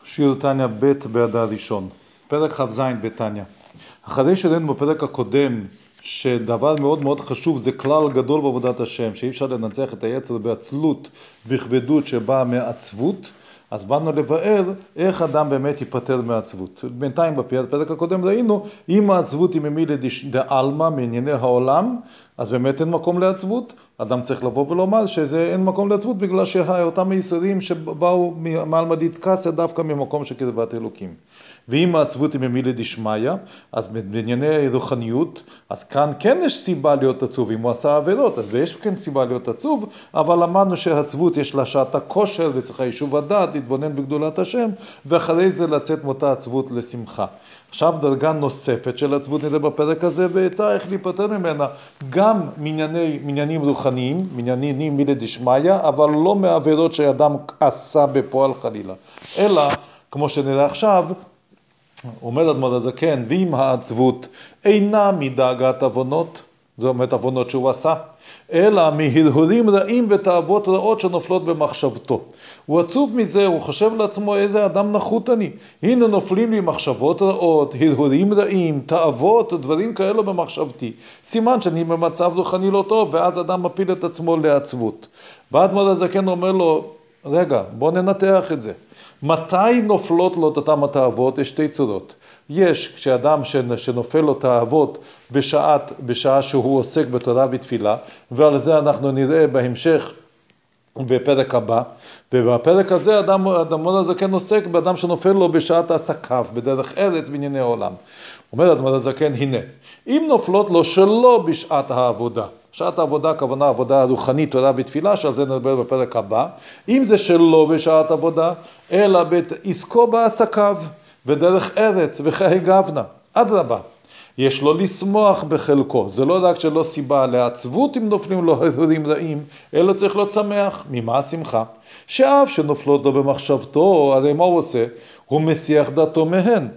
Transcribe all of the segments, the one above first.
שיר תניה ב' באדר הראשון, פרק כ"ז בתניה. אחרי שראינו בפרק הקודם שדבר מאוד מאוד חשוב זה כלל גדול בעבודת השם, שאי אפשר לנצח את היצר בעצלות, בכבדות שבאה מעצבות, אז באנו לבאר איך אדם באמת ייפטר מעצבות. בינתיים בפרק הקודם ראינו, אם העצבות היא ממילא דעלמא מענייני העולם, אז באמת אין מקום לעצבות. אדם צריך לבוא ולומר שאין מקום לעצבות בגלל שאותם היסודים שבאו מעל מדית כסה דווקא ממקום של קרבת אלוקים. ואם העצבות היא ממילא דשמיא, אז בענייני רוחניות, אז כאן כן יש סיבה להיות עצוב. אם הוא עשה עבירות, אז יש כן סיבה להיות עצוב, אבל אמרנו שהעצבות יש לה שעת הכושר וצריך יישוב הדעת, להתבונן בגדולת השם, ואחרי זה לצאת מאותה עצבות לשמחה. עכשיו דרגה נוספת של עצבות נראה בפרק הזה, ועצה איך להיפטר ממנה, גם מעניינים רוחניים, מעניינים מלדשמיא, אבל לא מעבירות שאדם עשה בפועל חלילה. אלא, כמו שנראה עכשיו, אומר אדמו"ר הזקן, ואם העצבות אינה מדאגת עוונות, זאת אומרת עוונות שהוא עשה, אלא מהרהורים רעים ותאוות רעות שנופלות במחשבתו. הוא עצוב מזה, הוא חושב לעצמו איזה אדם נחות אני. הנה נופלים לי מחשבות רעות, הרהורים רעים, תאוות, דברים כאלו במחשבתי. סימן שאני במצב רוחני לא טוב, ואז אדם מפיל את עצמו לעצבות. ואדמו"ר הזקן אומר לו, רגע, בוא ננתח את זה. מתי נופלות לו את אותם התאוות? יש שתי צורות. יש כשאדם שנופל לו תאוות בשעה שהוא עוסק בתורה ותפילה, ועל זה אנחנו נראה בהמשך בפרק הבא. ובפרק הזה אדמו"ר הזקן עוסק באדם שנופל לו בשעת עסקיו, בדרך ארץ בענייני העולם. אומר אדמו"ר הזקן, הנה, אם נופלות לו שלא בשעת העבודה, שעת העבודה, הכוונה עבודה רוחנית, תורה ותפילה, שעל זה נדבר בפרק הבא, אם זה שלא בשעת עבודה, אלא בעסקו בעסקיו, בדרך ארץ וחיי גבנה, אדרבה. יש לו לשמוח בחלקו, זה לא רק שלא סיבה לעצבות אם נופלים לו הרהורים רעים, אלא צריך להיות שמח. ממה השמחה? שאף שנופלות לו במחשבתו, הרי מה הוא עושה? הוא מסיח דעתו מהן.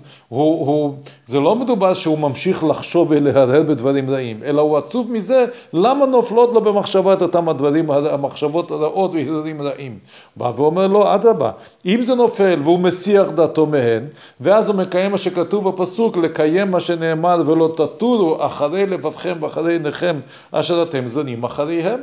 זה לא מדובר שהוא ממשיך לחשוב ולהרהר בדברים רעים, אלא הוא עצוב מזה, למה נופלות לו במחשבה את אותם הדברים, המחשבות רעות והרהורים רעים. הוא בא ואומר לו, אדרבה, אם זה נופל והוא מסיח דעתו מהן, ואז הוא מקיים מה שכתוב בפסוק, לקיים מה שנאמר, ולא תטורו אחרי לבבכם ואחרי עיניכם אשר אתם זונים אחריהם.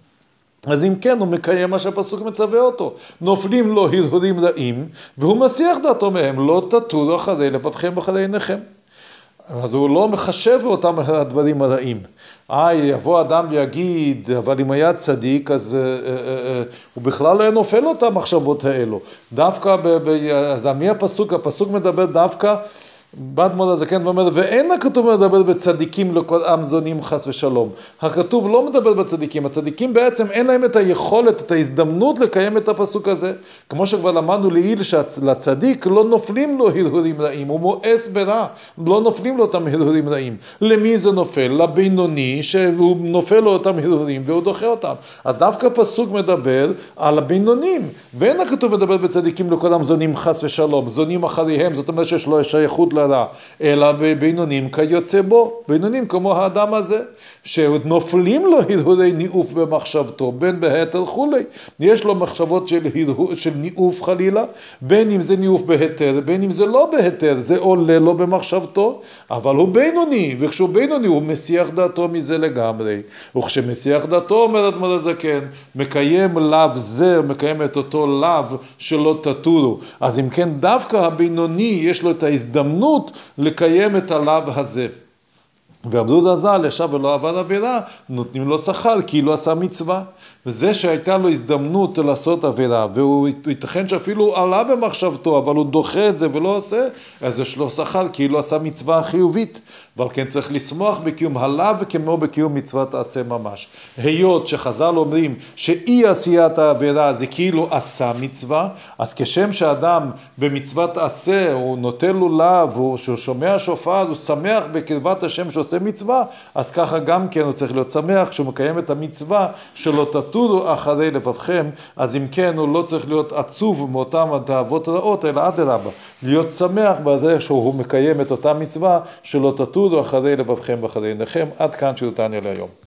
אז אם כן, הוא מקיים מה שהפסוק מצווה אותו. נופלים לו הרהורים רעים, והוא מסיח דעתו מהם, לא תטורו אחרי לבבכם ואחרי עיניכם. אז הוא לא מחשב אותם הדברים הרעים. יבוא אדם ויגיד, אבל אם היה צדיק, אז הוא בכלל לא נופל אותם המחשבות האלו. דווקא, אז מי הפסוק? הפסוק מדבר דווקא, באדמו"ר הזקן ואומר, ואין הכתוב מדבר בצדיקים לכל עם זונים חס ושלום. הכתוב לא מדבר בצדיקים, הצדיקים בעצם אין להם את היכולת, את ההזדמנות לקיים את הפסוק הזה. כמו שכבר למדנו לעיל שלצדיק לא נופלים לו הרהורים רעים, הוא מואס ברע, לא נופלים לו אותם הרהורים רעים. למי זה נופל? לבינוני שהוא נופל לו אותם הרהורים והוא דוחה אותם. אז דווקא הפסוק מדבר על הבינונים, ואין הכתוב מדבר בצדיקים לכל עם זונים חס ושלום, זונים אחריהם, זאת אומרת שיש לו שייכות לרע, אלא בבינונים כיוצא בו, בינונים כמו האדם הזה, שנופלים לו הרהורי ניאוף במחשבתו, בין בהתר חולי, יש לו מחשבות של ניאוף חלילה, בין אם זה ניאוף בהתר, בין אם זה לא בהתר, זה עולה לו במחשבתו, אבל הוא בינוני, וכשהוא בינוני הוא מסיח דעתו מזה לגמרי, וכשמסיח דעתו, אומר אדמו"ר הזקן, מקיים לאו זה, מקיים את אותו לאו שלא תטורו. אז אם כן דווקא הבינוני יש לו את ההזדמנות לקיים את הלאו הזה. ועבדו דזל ישב ולא עבר עבירה, נותנים לו שכר כאילו עשה מצווה. וזה שהייתה לו הזדמנות לעשות עבירה, והוא ייתכן שאפילו עלה במחשבתו, אבל הוא דוחה את זה ולא עושה, אז יש לו שכר כאילו עשה מצווה חיובית. אבל כן צריך לשמוח בקיום הלאו כמו בקיום מצוות עשה ממש. היות שחז"ל אומרים שאי עשיית העבירה זה כאילו עשה מצווה, אז כשם שאדם במצוות עשה הוא נוטל לו לאו, שהוא שומע שופר, הוא שמח בקרבת השם שעושה מצווה, אז ככה גם כן הוא צריך להיות שמח כשהוא מקיים את המצווה שלא תטורו אחרי לבבכם. אז אם כן הוא לא צריך להיות עצוב מאותם התאוות רעות, אלא אדרבה, להיות שמח בדרך שהוא מקיים את אותה מצווה שלא תטורו אחרי לבבכם ואחרי עיניכם. עד כאן שיר תניה להיום.